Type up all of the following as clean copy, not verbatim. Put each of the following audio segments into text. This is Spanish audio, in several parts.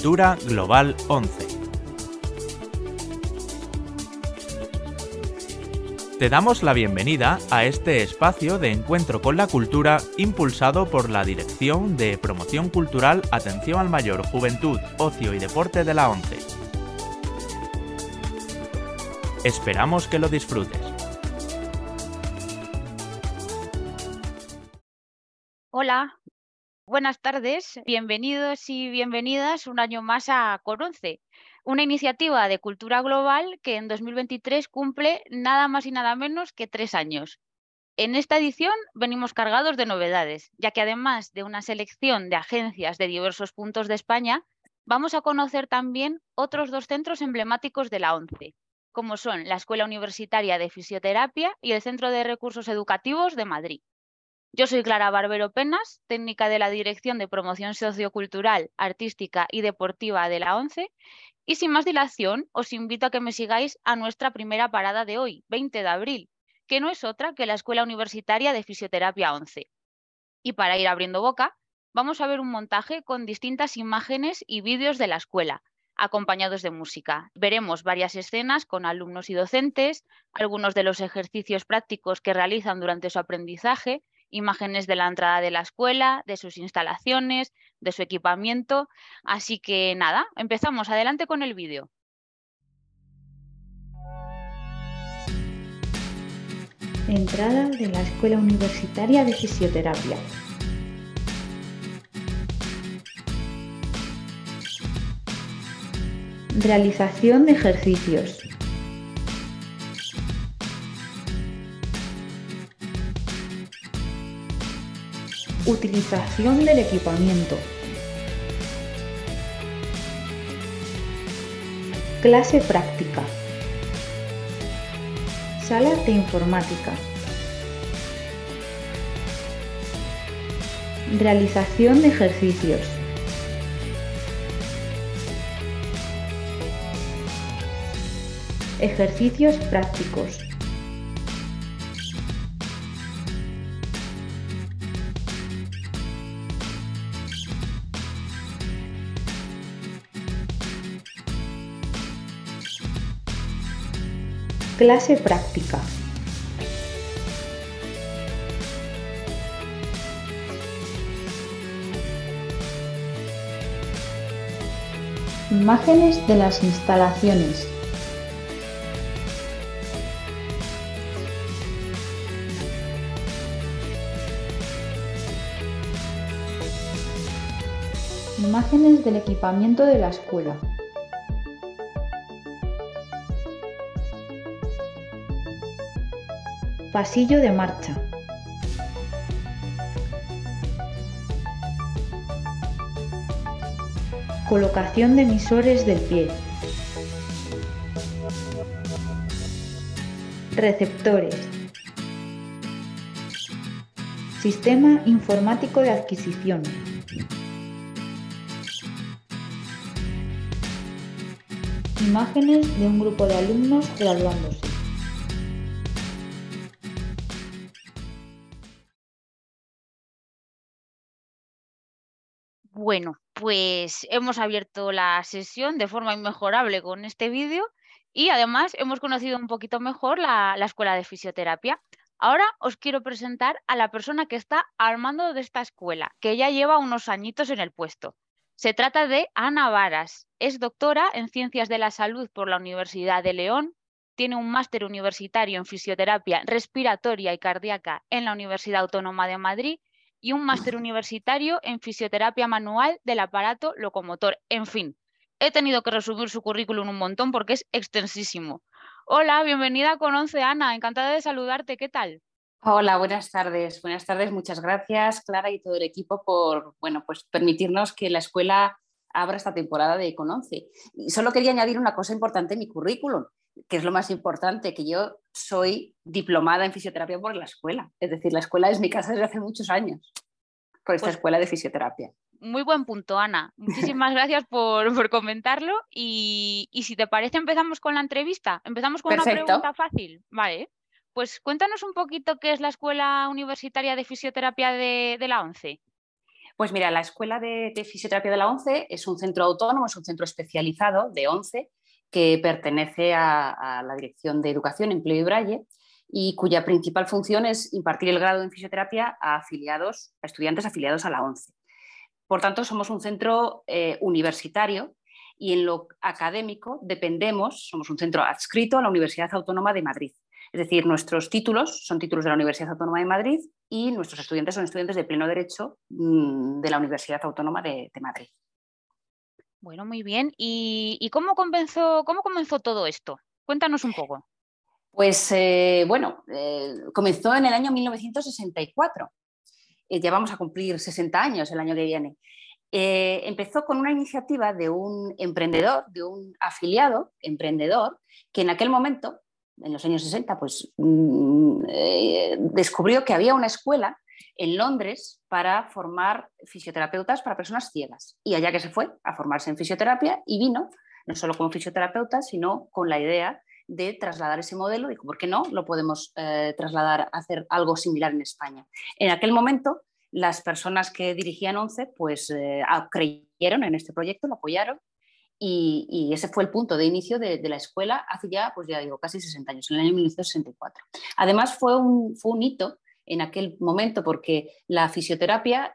Cultura Global 11. Te damos la bienvenida a este espacio de encuentro con la cultura impulsado por la Dirección de Promoción Cultural, Atención al Mayor, Juventud, Ocio y Deporte de la ONCE. Esperamos que lo disfrutes. Hola, buenas tardes, bienvenidos y bienvenidas un año más a Cononce, una iniciativa de cultura global que en 2023 cumple nada más y nada menos que 3 años. En esta edición venimos cargados de novedades, ya que además de una selección de agencias de diversos puntos de España, vamos a conocer también otros 2 centros emblemáticos de la ONCE, como son la Escuela Universitaria de Fisioterapia y el Centro de Recursos Educativos de Madrid. Yo soy Clara Barbero Penas, técnica de la Dirección de Promoción Sociocultural, Artística y Deportiva de la ONCE, y sin más dilación os invito a que me sigáis a nuestra primera parada de hoy, 20 de abril, que no es otra que la Escuela Universitaria de Fisioterapia 11. Y para ir abriendo boca, vamos a ver un montaje con distintas imágenes y vídeos de la escuela, acompañados de música. Veremos varias escenas con alumnos y docentes, algunos de los ejercicios prácticos que realizan durante su aprendizaje, imágenes de la entrada de la escuela, de sus instalaciones, de su equipamiento. Así que nada, empezamos. Adelante con el vídeo. Entrada de la Escuela Universitaria de Fisioterapia. Realización de ejercicios. Utilización del equipamiento. Clase práctica. Sala de informática. Realización de ejercicios. Ejercicios prácticos. Clase práctica. Imágenes de las instalaciones. Imágenes del equipamiento de la escuela. Pasillo de marcha. Colocación de emisores del pie. Receptores. Sistema informático de adquisición. Imágenes de un grupo de alumnos graduándose. Bueno, pues hemos abierto la sesión de forma inmejorable con este vídeo y además hemos conocido un poquito mejor la escuela de fisioterapia. Ahora os quiero presentar a la persona que está al mando de esta escuela, que ya lleva unos añitos en el puesto. Se trata de Ana Varas. Es doctora en Ciencias de la Salud por la Universidad de León, tiene un máster universitario en fisioterapia respiratoria y cardíaca en la Universidad Autónoma de Madrid y un máster universitario en fisioterapia manual del aparato locomotor. En fin, he tenido que resumir su currículum un montón porque es extensísimo. Hola, bienvenida con 11, Ana. Encantada de saludarte. ¿Qué tal? Hola, buenas tardes. Buenas tardes. Muchas gracias, Clara y todo el equipo por, pues permitirnos que la escuela abra esta temporada de Cononce. Y solo quería añadir una cosa importante en mi currículum, que es lo más importante, que yo soy diplomada en fisioterapia por la escuela. Es decir, la escuela es mi casa desde hace muchos años, por esta escuela de fisioterapia. Muy buen punto, Ana. Muchísimas gracias por comentarlo. Y si te parece, empezamos con la entrevista. Empezamos con Perfecto. Una pregunta fácil. Vale. Pues cuéntanos un poquito qué es la Escuela Universitaria de Fisioterapia de la ONCE. Pues mira, la Escuela de Fisioterapia de la ONCE es un centro autónomo, es un centro especializado de ONCE que pertenece a la Dirección de Educación, Empleo y Braille, y cuya principal función es impartir el grado en fisioterapia a estudiantes afiliados a la ONCE. Por tanto, somos un centro universitario y en lo académico somos un centro adscrito a la Universidad Autónoma de Madrid. Es decir, nuestros títulos son títulos de la Universidad Autónoma de Madrid y nuestros estudiantes son estudiantes de pleno derecho de la Universidad Autónoma de Madrid. Bueno, muy bien. ¿Y cómo comenzó todo esto? Cuéntanos un poco. Pues comenzó en el año 1964. Ya vamos a cumplir 60 años el año que viene. Empezó con una iniciativa de un emprendedor, de un afiliado emprendedor, que en aquel momento, en los años 60, pues descubrió que había una escuela en Londres para formar fisioterapeutas para personas ciegas. Y allá que se fue a formarse en fisioterapia y vino, no solo como fisioterapeuta, sino con la idea de trasladar ese modelo. Dijo, ¿por qué no lo podemos trasladar a hacer algo similar en España? En aquel momento, las personas que dirigían ONCE pues, creyeron en este proyecto, lo apoyaron y ese fue el punto de inicio de la escuela hace ya, pues ya digo, casi 60 años, en el año 1964. Además fue un hito en aquel momento porque la fisioterapia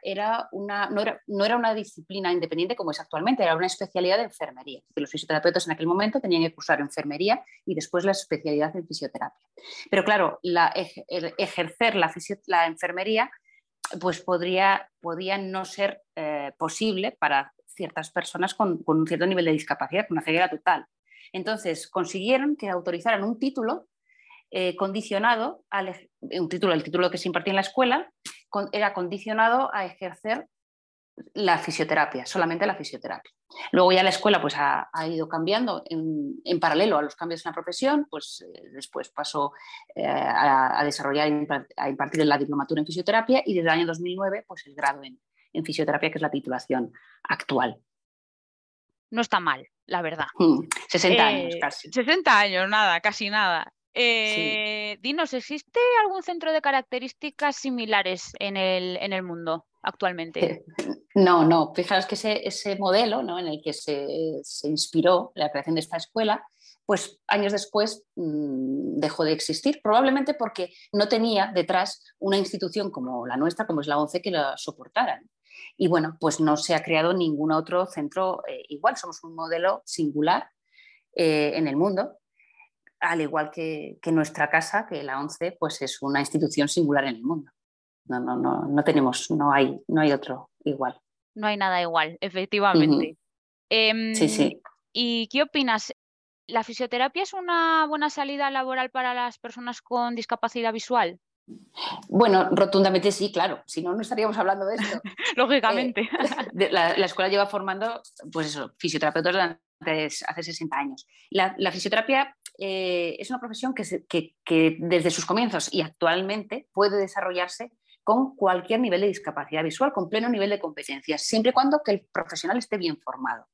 no era una disciplina independiente como es actualmente, era una especialidad de enfermería. Los fisioterapeutas en aquel momento tenían que cursar enfermería y después la especialidad en fisioterapia. Pero claro, ejercer la enfermería pues podía no ser posible para ciertas personas con un cierto nivel de discapacidad, con una ceguera total. Entonces consiguieron que autorizaran un título condicionado, el título que se impartía en la escuela, era condicionado a ejercer la fisioterapia, solamente la fisioterapia. Luego ya la escuela pues, ha ido cambiando en paralelo a los cambios en la profesión, pues después pasó a desarrollar, a impartir la diplomatura en fisioterapia y desde el año 2009 pues, el grado en fisioterapia, que es la titulación actual. No está mal, la verdad. 60 años casi. 60 años, nada, casi nada. Sí. Dinos, ¿existe algún centro de características similares en el mundo actualmente? No. Fijaros que ese modelo, ¿no?, en el que se inspiró la creación de esta escuela, pues años después dejó de existir, probablemente porque no tenía detrás una institución como la nuestra, como es la ONCE, que la soportara. Y bueno, pues no se ha creado ningún otro centro igual, somos un modelo singular en el mundo, al igual que nuestra casa, que la ONCE, pues es una institución singular en el mundo. No hay otro igual. No hay nada igual, efectivamente. Sí. ¿Y qué opinas? ¿La fisioterapia es una buena salida laboral para las personas con discapacidad visual? Bueno, rotundamente sí, claro. Si no, no estaríamos hablando de esto. Lógicamente. La escuela lleva formando, pues eso, fisioterapeutas hace 60 años. La fisioterapia es una profesión que desde sus comienzos y actualmente puede desarrollarse con cualquier nivel de discapacidad visual, con pleno nivel de competencias, siempre y cuando que el profesional esté bien formado.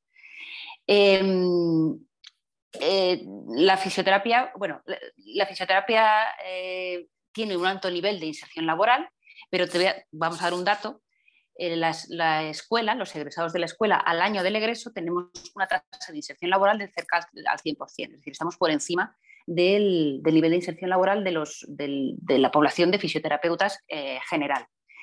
La fisioterapia tiene un alto nivel de inserción laboral, pero vamos a dar un dato. La escuela, los egresados de la escuela, al año del egreso tenemos una tasa de inserción laboral de cerca al 100%, es decir, estamos por encima del nivel de inserción laboral de la población de fisioterapeutas general.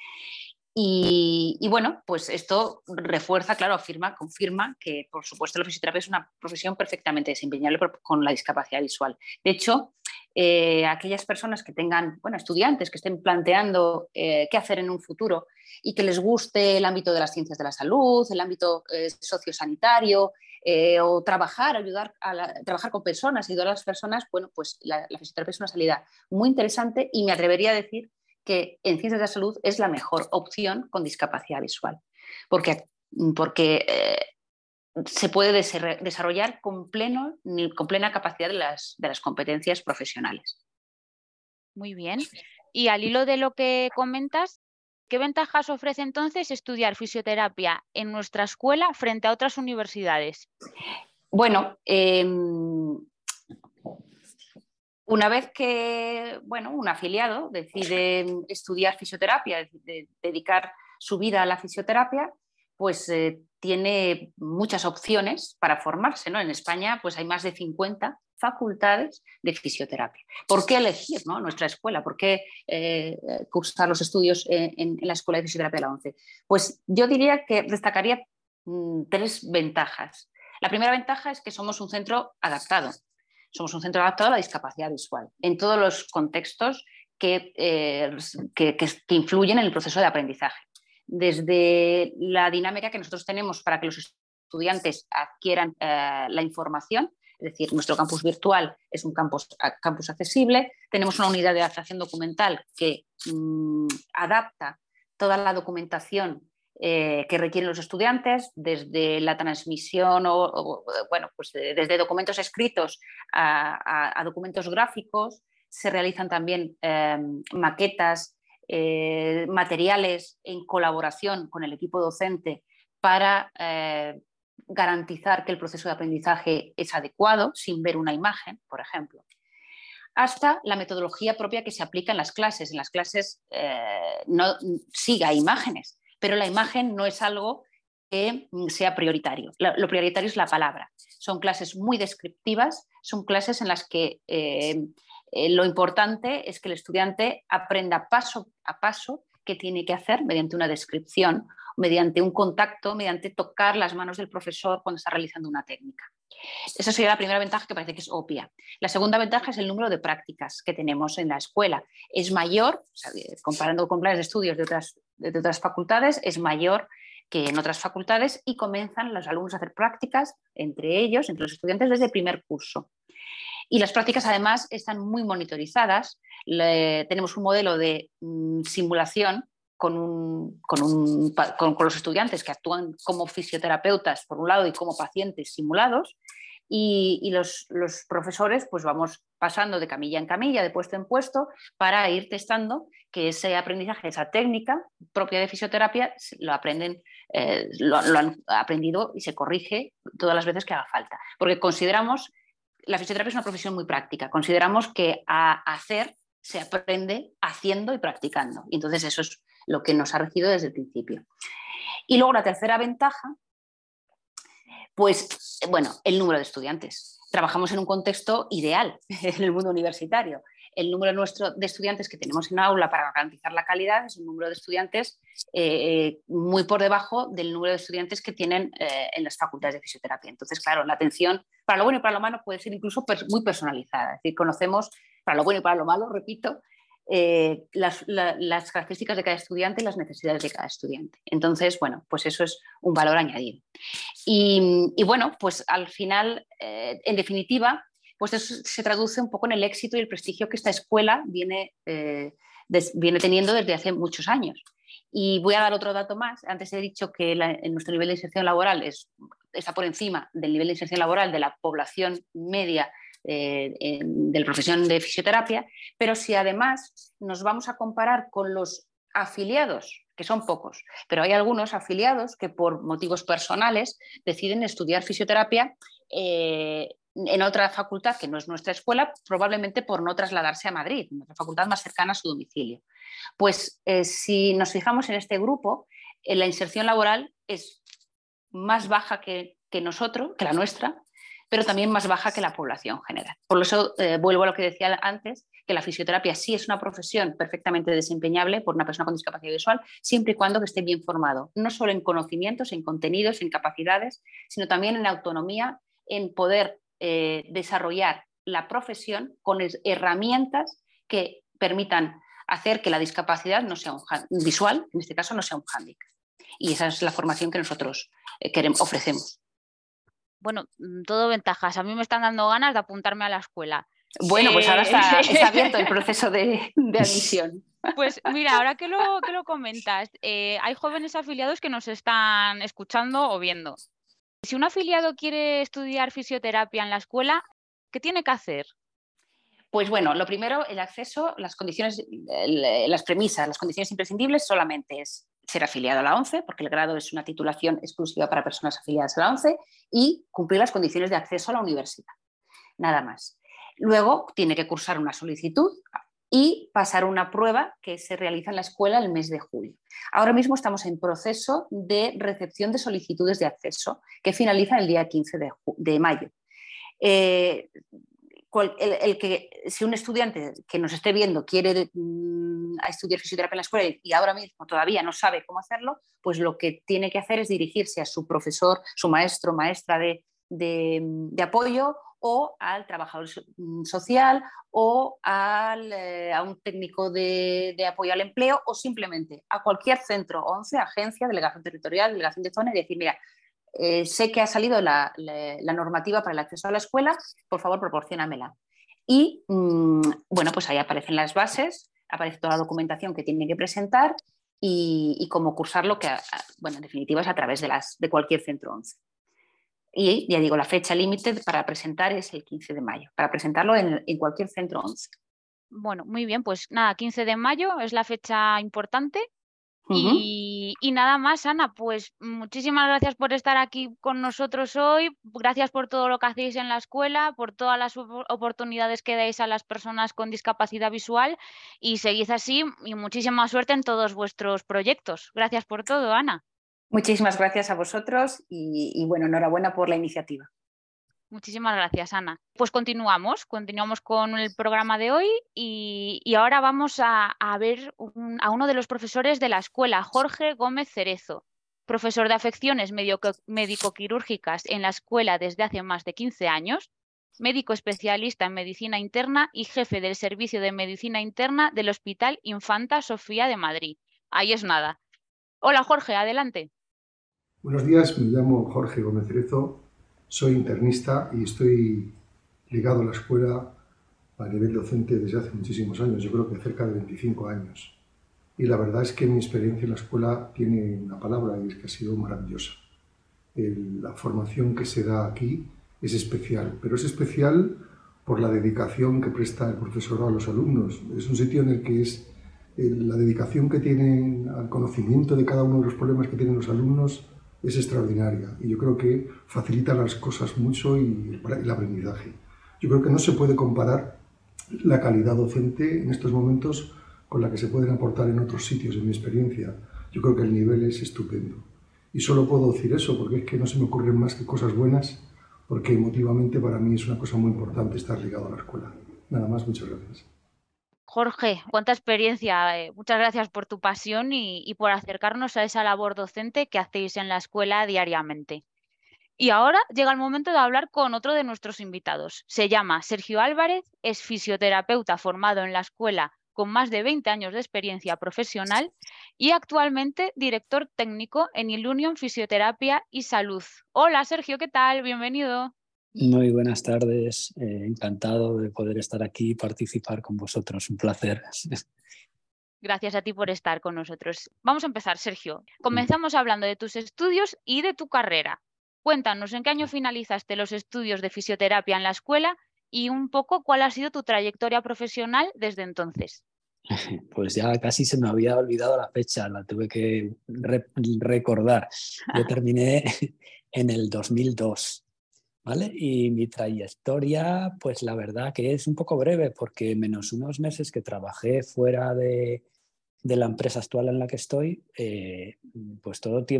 Y bueno, pues esto refuerza, claro, confirma que, por supuesto, la fisioterapia es una profesión perfectamente desempeñable con la discapacidad visual. De hecho, aquellas personas que tengan, estudiantes que estén planteando qué hacer en un futuro y que les guste el ámbito de las ciencias de la salud, el ámbito sociosanitario, o trabajar con personas, ayudar a las personas, bueno, pues la fisioterapia es una salida muy interesante y me atrevería a decir que en ciencias de la salud es la mejor opción con discapacidad visual, porque se puede desarrollar con plena capacidad de las competencias profesionales. Muy bien. Y al hilo de lo que comentas, ¿qué ventajas ofrece entonces estudiar fisioterapia en nuestra escuela frente a otras universidades? Bueno, una vez que un afiliado decide estudiar fisioterapia, dedicar su vida a la fisioterapia, pues tiene muchas opciones para formarse, ¿no? En España pues hay más de 50 facultades de fisioterapia. ¿Por qué elegir, ¿no?, nuestra escuela? ¿Por qué cursar los estudios en la Escuela de Fisioterapia de la ONCE? Pues yo diría que destacaría 3 ventajas. La primera ventaja es que somos un centro adaptado. Somos un centro adaptado a la discapacidad visual en todos los contextos que influyen en el proceso de aprendizaje. Desde la dinámica que nosotros tenemos para que los estudiantes adquieran la información, es decir, nuestro campus virtual es un campus accesible, tenemos una unidad de adaptación documental que adapta toda la documentación que requieren los estudiantes, desde la transmisión pues desde documentos escritos a documentos gráficos. Se realizan también maquetas, materiales en colaboración con el equipo docente para garantizar que el proceso de aprendizaje es adecuado, sin ver una imagen, por ejemplo. Hasta la metodología propia que se aplica en las clases. En las clases sí hay imágenes, pero la imagen no es algo que sea prioritario. Lo prioritario es la palabra. Son clases muy descriptivas, son clases en las que lo importante es que el estudiante aprenda paso a paso qué tiene que hacer mediante una descripción, mediante un contacto, mediante tocar las manos del profesor cuando está realizando una técnica. Esa sería la primera ventaja, que parece que es obvia. La segunda ventaja es el número de prácticas que tenemos en la escuela. Es mayor, o sea, comparando con planes de estudios de otras facultades, es mayor que en otras facultades, y comienzan los alumnos a hacer prácticas entre ellos, entre los estudiantes, desde el primer curso. Y las prácticas además están muy monitorizadas. Tenemos un modelo de simulación con los estudiantes que actúan como fisioterapeutas por un lado y como pacientes simulados, y los profesores pues vamos pasando de camilla en camilla, de puesto en puesto, para ir testando que ese aprendizaje, esa técnica propia de fisioterapia lo han aprendido y se corrige todas las veces que haga falta, porque consideramos la fisioterapia es una profesión muy práctica. Consideramos que a hacer se aprende haciendo y practicando. Y entonces eso es lo que nos ha regido desde el principio. Y luego la tercera ventaja, pues bueno, el número de estudiantes. Trabajamos en un contexto ideal en el mundo universitario. El número nuestro de estudiantes que tenemos en aula para garantizar la calidad es un número de estudiantes muy por debajo del número de estudiantes que tienen en las facultades de fisioterapia. Entonces, claro, la atención para lo bueno y para lo malo puede ser incluso muy personalizada. Es decir, conocemos para lo bueno y para lo malo, repito, las características de cada estudiante y las necesidades de cada estudiante. Entonces, bueno, pues eso es un valor añadido. Y bueno, pues al final, en definitiva, pues eso se traduce un poco en el éxito y el prestigio que esta escuela viene teniendo desde hace muchos años. Y voy a dar otro dato más. Antes he dicho que nuestro nivel de inserción laboral está por encima del nivel de inserción laboral de la población media de la profesión de fisioterapia, pero si además nos vamos a comparar con los afiliados, que son pocos, pero hay algunos afiliados que por motivos personales deciden estudiar fisioterapia en otra facultad que no es nuestra escuela, probablemente por no trasladarse a Madrid, en otra facultad más cercana a su domicilio. Pues si nos fijamos en este grupo, la inserción laboral es más baja que la nuestra, pero también más baja que la población general. Por eso vuelvo a lo que decía antes, que la fisioterapia sí es una profesión perfectamente desempeñable por una persona con discapacidad visual, siempre y cuando esté bien formado, no solo en conocimientos, en contenidos, en capacidades, sino también en autonomía, en poder desarrollar la profesión con herramientas que permitan hacer que la discapacidad no sea visual, en este caso, no sea un hándicap. Y esa es la formación que nosotros ofrecemos. Bueno, todo ventajas. A mí me están dando ganas de apuntarme a la escuela. Bueno, pues ahora está abierto el proceso de admisión. Pues mira, ahora que lo comentas, hay jóvenes afiliados que nos están escuchando o viendo. Si un afiliado quiere estudiar fisioterapia en la escuela, ¿qué tiene que hacer? Pues bueno, lo primero, el acceso, las condiciones, las premisas, las condiciones imprescindibles solamente es ser afiliado a la ONCE, porque el grado es una titulación exclusiva para personas afiliadas a la ONCE, y cumplir las condiciones de acceso a la universidad. Nada más. Luego tiene que cursar una solicitud y pasar una prueba que se realiza en la escuela el mes de julio. Ahora mismo estamos en proceso de recepción de solicitudes de acceso que finaliza el día 15 de mayo. Si un estudiante que nos esté viendo quiere estudiar fisioterapia en la escuela y ahora mismo todavía no sabe cómo hacerlo, pues lo que tiene que hacer es dirigirse a su profesor, su maestro, maestra de apoyo, o al trabajador social, o a un técnico de apoyo al empleo, o simplemente a cualquier centro 11, agencia, delegación territorial, delegación de zona, y decir, mira, sé que ha salido la normativa para el acceso a la escuela, por favor, proporciónamela. Y bueno, pues ahí aparecen las bases, aparece toda la documentación que tiene que presentar y cómo cursarlo, que bueno, en definitiva es a través de cualquier centro 11. Y ya digo, la fecha límite para presentar es el 15 de mayo, para presentarlo en cualquier centro 11. Bueno, muy bien, pues nada, 15 de mayo es la fecha importante. Y nada más, Ana, pues muchísimas gracias por estar aquí con nosotros hoy, gracias por todo lo que hacéis en la escuela, por todas las oportunidades que dais a las personas con discapacidad visual, y seguid así y muchísima suerte en todos vuestros proyectos. Gracias por todo, Ana. Muchísimas gracias a vosotros y bueno, enhorabuena por la iniciativa. Muchísimas gracias, Ana. Pues continuamos con el programa de hoy y ahora vamos a ver a uno de los profesores de la escuela, Jorge Gómez Cerezo, profesor de afecciones médico-quirúrgicas en la escuela desde hace más de 15 años, médico especialista en medicina interna y jefe del servicio de medicina interna del Hospital Infanta Sofía de Madrid. Ahí es nada. Hola, Jorge, adelante. Buenos días, me llamo Jorge Gómez Cerezo. Soy internista y estoy ligado a la escuela a nivel docente desde hace muchísimos años, yo creo que cerca de 25 años. Y la verdad es que mi experiencia en la escuela tiene una palabra y es que ha sido maravillosa. La formación que se da aquí es especial, pero es especial por la dedicación que presta el profesorado a los alumnos. Es un sitio en el que es la dedicación que tienen al conocimiento de cada uno de los problemas que tienen los alumnos es extraordinaria y yo creo que facilita las cosas mucho y el aprendizaje. Yo creo que no se puede comparar la calidad docente en estos momentos con la que se pueden aportar en otros sitios, en mi experiencia. Yo creo que el nivel es estupendo. Y solo puedo decir eso porque es que no se me ocurren más que cosas buenas, porque emotivamente para mí es una cosa muy importante estar ligado a la escuela. Nada más, muchas gracias. Jorge, cuánta experiencia. Muchas gracias por tu pasión y por acercarnos a esa labor docente que hacéis en la escuela diariamente. Y ahora llega el momento de hablar con otro de nuestros invitados. Se llama Sergio Álvarez, es fisioterapeuta formado en la escuela con más de 20 años de experiencia profesional y actualmente director técnico en Ilunion Fisioterapia y Salud. Hola Sergio, ¿qué tal? Bienvenido. Muy buenas tardes, encantado de poder estar aquí y participar con vosotros, un placer. Gracias a ti por estar con nosotros. Vamos a empezar, Sergio. Comenzamos hablando de tus estudios y de tu carrera. Cuéntanos, ¿en qué año finalizaste los estudios de fisioterapia en la escuela y un poco cuál ha sido tu trayectoria profesional desde entonces? Pues ya casi se me había olvidado la fecha, la tuve que recordar. Yo terminé en el 2002. ¿Vale? Y mi trayectoria, pues la verdad que es un poco breve porque menos unos meses que trabajé fuera de la empresa actual en la que estoy, pues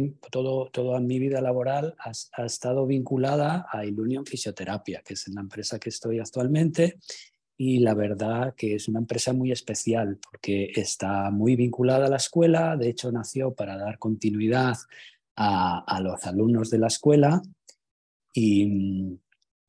toda mi vida laboral ha estado vinculada a Ilunion Fisioterapia, que es la empresa que estoy actualmente. Y la verdad que es una empresa muy especial porque está muy vinculada a la escuela. De hecho, nació para dar continuidad a los alumnos de la escuela. Y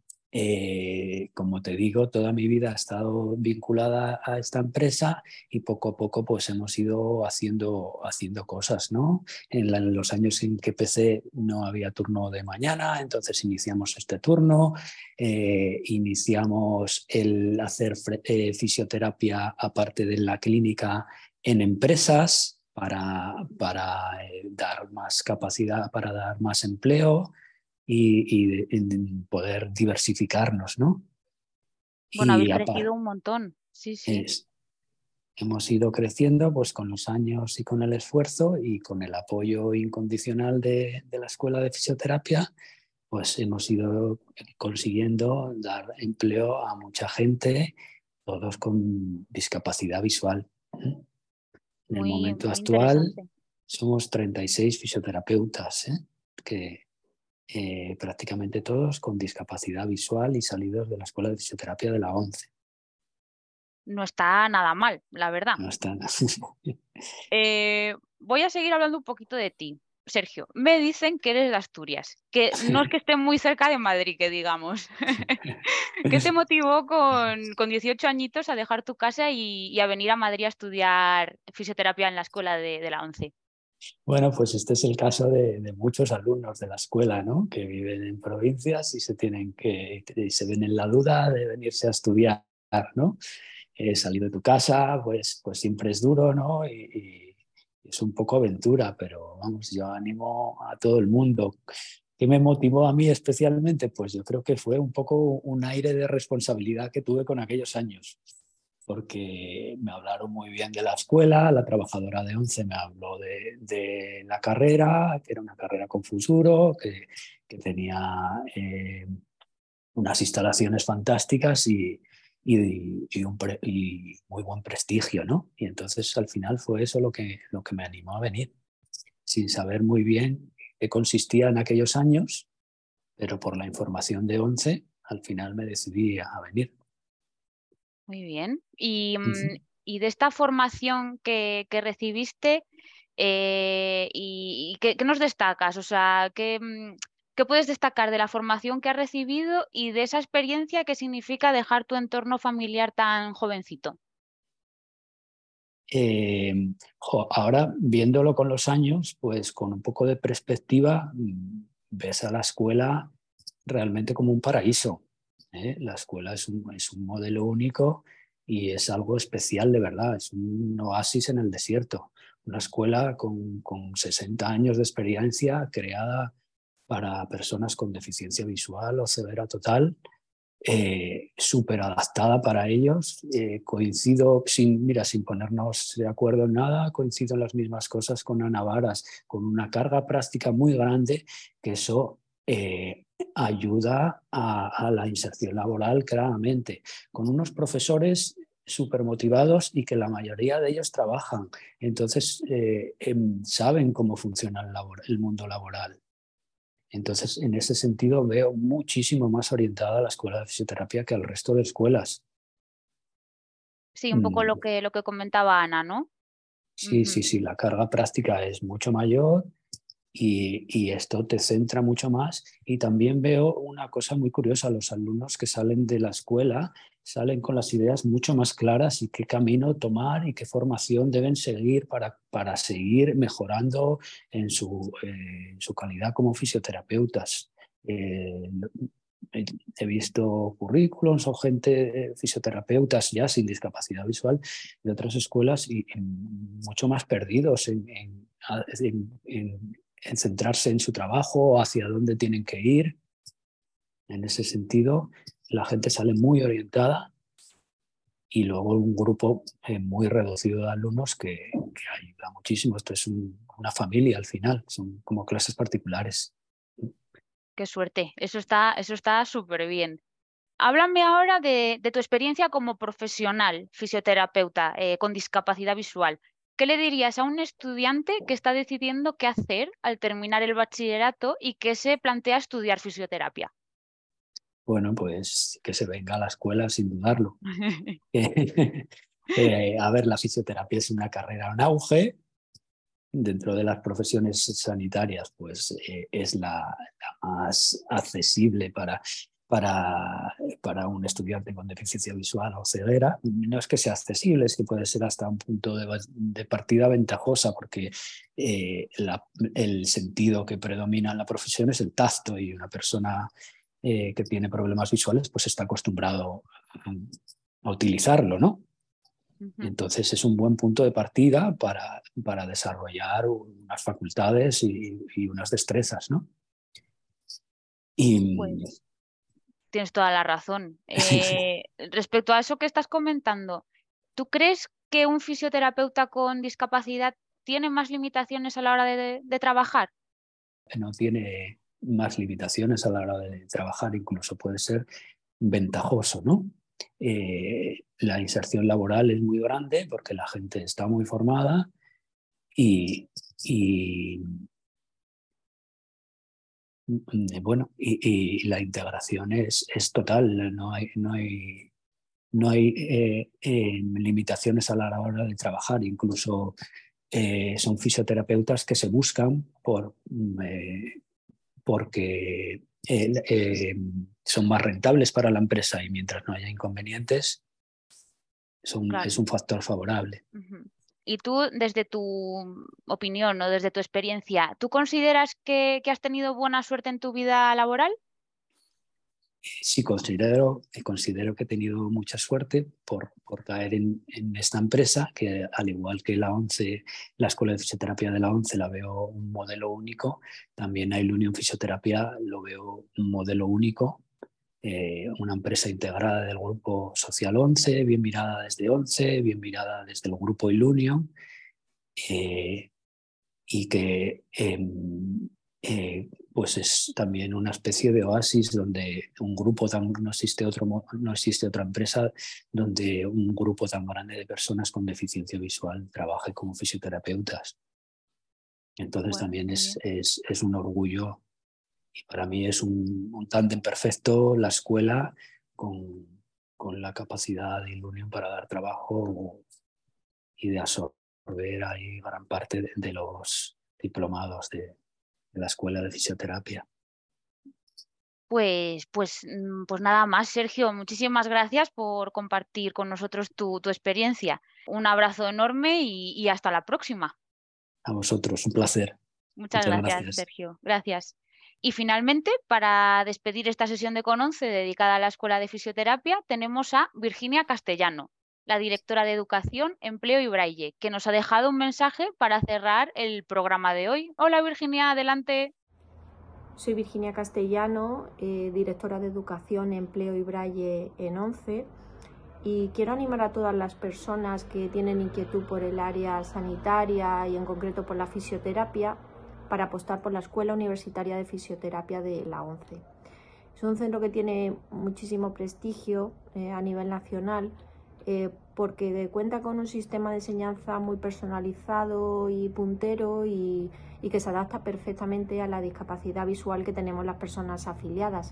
como te digo, toda mi vida ha estado vinculada a esta empresa y poco a poco pues hemos ido haciendo cosas, ¿no? En los años en que empecé no había turno de mañana, entonces iniciamos este turno, iniciamos el hacer fisioterapia aparte de la clínica en empresas para dar más capacidad, para dar más empleo. Y poder diversificarnos, ¿no? Bueno, habéis crecido un montón, sí. Hemos ido creciendo pues, con los años y con el esfuerzo y con el apoyo incondicional de la Escuela de Fisioterapia, pues hemos ido consiguiendo dar empleo a mucha gente todos con discapacidad visual. En el Muy, momento muy actual interesante. somos 36 fisioterapeutas, que prácticamente todos con discapacidad visual y salidos de la Escuela de Fisioterapia de la ONCE. No está nada mal, la verdad. No están. Voy a seguir hablando un poquito de ti, Sergio. Me dicen que eres de Asturias, que no es que esté muy cerca de Madrid, que digamos. ¿Qué te motivó con 18 añitos a dejar tu casa y a venir a Madrid a estudiar fisioterapia en la escuela de la ONCE? Bueno, pues este es el caso de muchos alumnos de la escuela, ¿no? Que viven en provincias y se ven en la duda de venirse a estudiar, ¿no? Salir de tu casa, pues siempre es duro, ¿no? Y es un poco aventura, pero vamos, yo animo a todo el mundo. ¿Qué me motivó a mí especialmente? Pues yo creo que fue un poco un aire de responsabilidad que tuve con aquellos años, porque me hablaron muy bien de la escuela, la trabajadora de ONCE me habló de la carrera, que era una carrera con futuro, que tenía unas instalaciones fantásticas y muy buen prestigio, ¿no? Y entonces al final fue eso lo que me animó a venir, sin saber muy bien qué consistía en aquellos años, pero por la información de ONCE al final me decidí a venir. Muy bien. Y de esta formación que recibiste, ¿y qué nos destacas? O sea, ¿qué puedes destacar de la formación que has recibido y de esa experiencia que significa dejar tu entorno familiar tan jovencito? Ahora, viéndolo con los años, pues con un poco de perspectiva, ves a la escuela realmente como un paraíso, ¿eh? La escuela es un modelo único y es algo especial de verdad, es un oasis en el desierto. Una escuela con 60 años de experiencia creada para personas con deficiencia visual o ceguera total, súper adaptada para ellos. Coincido, sin ponernos de acuerdo en nada, coincido en las mismas cosas con Ana Varas, con una carga práctica muy grande, que eso ayuda a la inserción laboral claramente, con unos profesores súper motivados y que la mayoría de ellos trabajan, entonces saben cómo funciona el mundo laboral. Entonces, en ese sentido, veo muchísimo más orientada a la escuela de fisioterapia que al resto de escuelas. Sí, un poco lo que comentaba Ana, ¿no? Sí, Ujú. sí, la carga práctica es mucho mayor y esto te centra mucho más. Y también veo una cosa muy curiosa, los alumnos que salen de la escuela salen con las ideas mucho más claras y qué camino tomar y qué formación deben seguir para seguir mejorando en su calidad como fisioterapeutas. He visto currículums o gente, fisioterapeutas ya sin discapacidad visual de otras escuelas y mucho más perdidos en centrarse en su trabajo, hacia dónde tienen que ir. En ese sentido, la gente sale muy orientada y luego un grupo muy reducido de alumnos que ayuda muchísimo. Esto es una familia al final, son como clases particulares. Qué suerte, eso está súper bien. Háblame ahora de tu experiencia como profesional fisioterapeuta con discapacidad visual. ¿Qué le dirías a un estudiante que está decidiendo qué hacer al terminar el bachillerato y que se plantea estudiar fisioterapia? Bueno, pues que se venga a la escuela sin dudarlo. A ver, la fisioterapia es una carrera en auge. Dentro de las profesiones sanitarias, pues es la más accesible para un estudiante con deficiencia visual o ceguera. No es que sea accesible, es que puede ser hasta un punto de partida ventajosa, porque el sentido que predomina en la profesión es el tacto, y una persona que tiene problemas visuales pues está acostumbrado a utilizarlo, ¿no? Ujú. Entonces es un buen punto de partida para desarrollar unas facultades y unas destrezas, ¿no? Y Pues tienes toda la razón. Respecto a eso que estás comentando, ¿tú crees que un fisioterapeuta con discapacidad tiene más limitaciones a la hora de trabajar? no tiene más limitaciones a la hora de trabajar, incluso puede ser ventajoso, ¿no? la inserción laboral es muy grande porque la gente está muy formada y la integración es total. No hay limitaciones a la hora de trabajar. Incluso son fisioterapeutas que se buscan porque son más rentables para la empresa, y mientras no haya inconvenientes Claro. es un factor favorable. Y tú, desde tu opinión o desde tu experiencia, ¿tú consideras que has tenido buena suerte en tu vida laboral? Sí, considero que he tenido mucha suerte por caer en esta empresa, que al igual que la ONCE, la Escuela de Fisioterapia de la ONCE la veo un modelo único, también a Ilunion Fisioterapia lo veo un modelo único, una empresa integrada del grupo social ONCE, bien mirada desde ONCE, bien mirada desde el grupo Ilunion, y que pues es también una especie de oasis donde no existe otra empresa donde un grupo tan grande de personas con deficiencia visual trabaje como fisioterapeutas. Entonces Bueno, también muy es un orgullo, y para mí es un tándem perfecto la escuela con la capacidad de Ilunion para dar trabajo y de absorber ahí gran parte de los diplomados de la Escuela de Fisioterapia. Pues nada más, Sergio. Muchísimas gracias por compartir con nosotros tu experiencia. Un abrazo enorme y hasta la próxima. A vosotros, un placer. Muchas gracias, Sergio. Gracias. Y finalmente, para despedir esta sesión de Cononce dedicada a la Escuela de Fisioterapia, tenemos a Virginia Castellano, la directora de Educación, Empleo y Braille, que nos ha dejado un mensaje para cerrar el programa de hoy. Hola, Virginia, adelante. Soy Virginia Castellano, directora de Educación, Empleo y Braille en ONCE, y quiero animar a todas las personas que tienen inquietud por el área sanitaria y en concreto por la fisioterapia para apostar por la Escuela Universitaria de Fisioterapia de la ONCE. Es un centro que tiene muchísimo prestigio a nivel nacional porque cuenta con un sistema de enseñanza muy personalizado y puntero y que se adapta perfectamente a la discapacidad visual que tenemos las personas afiliadas.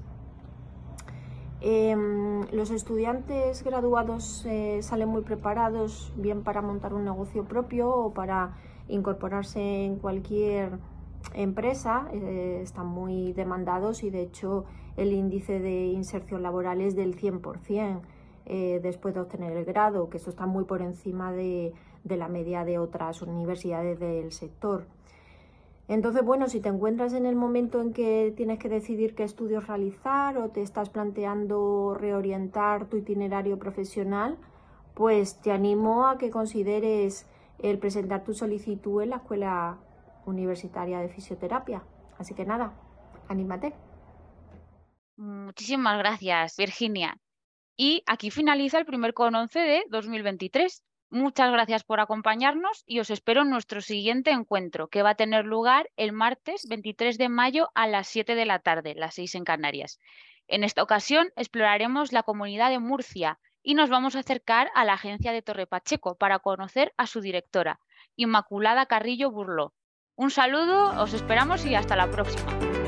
Los estudiantes graduados salen muy preparados, bien para montar un negocio propio o para incorporarse en cualquier empresa. Están muy demandados y de hecho el índice de inserción laboral es del 100%. Después de obtener el grado, que eso está muy por encima de la media de otras universidades del sector. Entonces, bueno, si te encuentras en el momento en que tienes que decidir qué estudios realizar o te estás planteando reorientar tu itinerario profesional, pues te animo a que consideres el presentar tu solicitud en la Escuela Universitaria de Fisioterapia. Así que nada, anímate. Muchísimas gracias, Virginia. Y aquí finaliza el primer Cononce de 2023. Muchas gracias por acompañarnos y os espero en nuestro siguiente encuentro, que va a tener lugar el martes 23 de mayo a las 7 de la tarde, las 6 en Canarias. En esta ocasión exploraremos la Comunidad de Murcia y nos vamos a acercar a la agencia de Torre Pacheco para conocer a su directora, Inmaculada Carrillo Burló. Un saludo, os esperamos y hasta la próxima.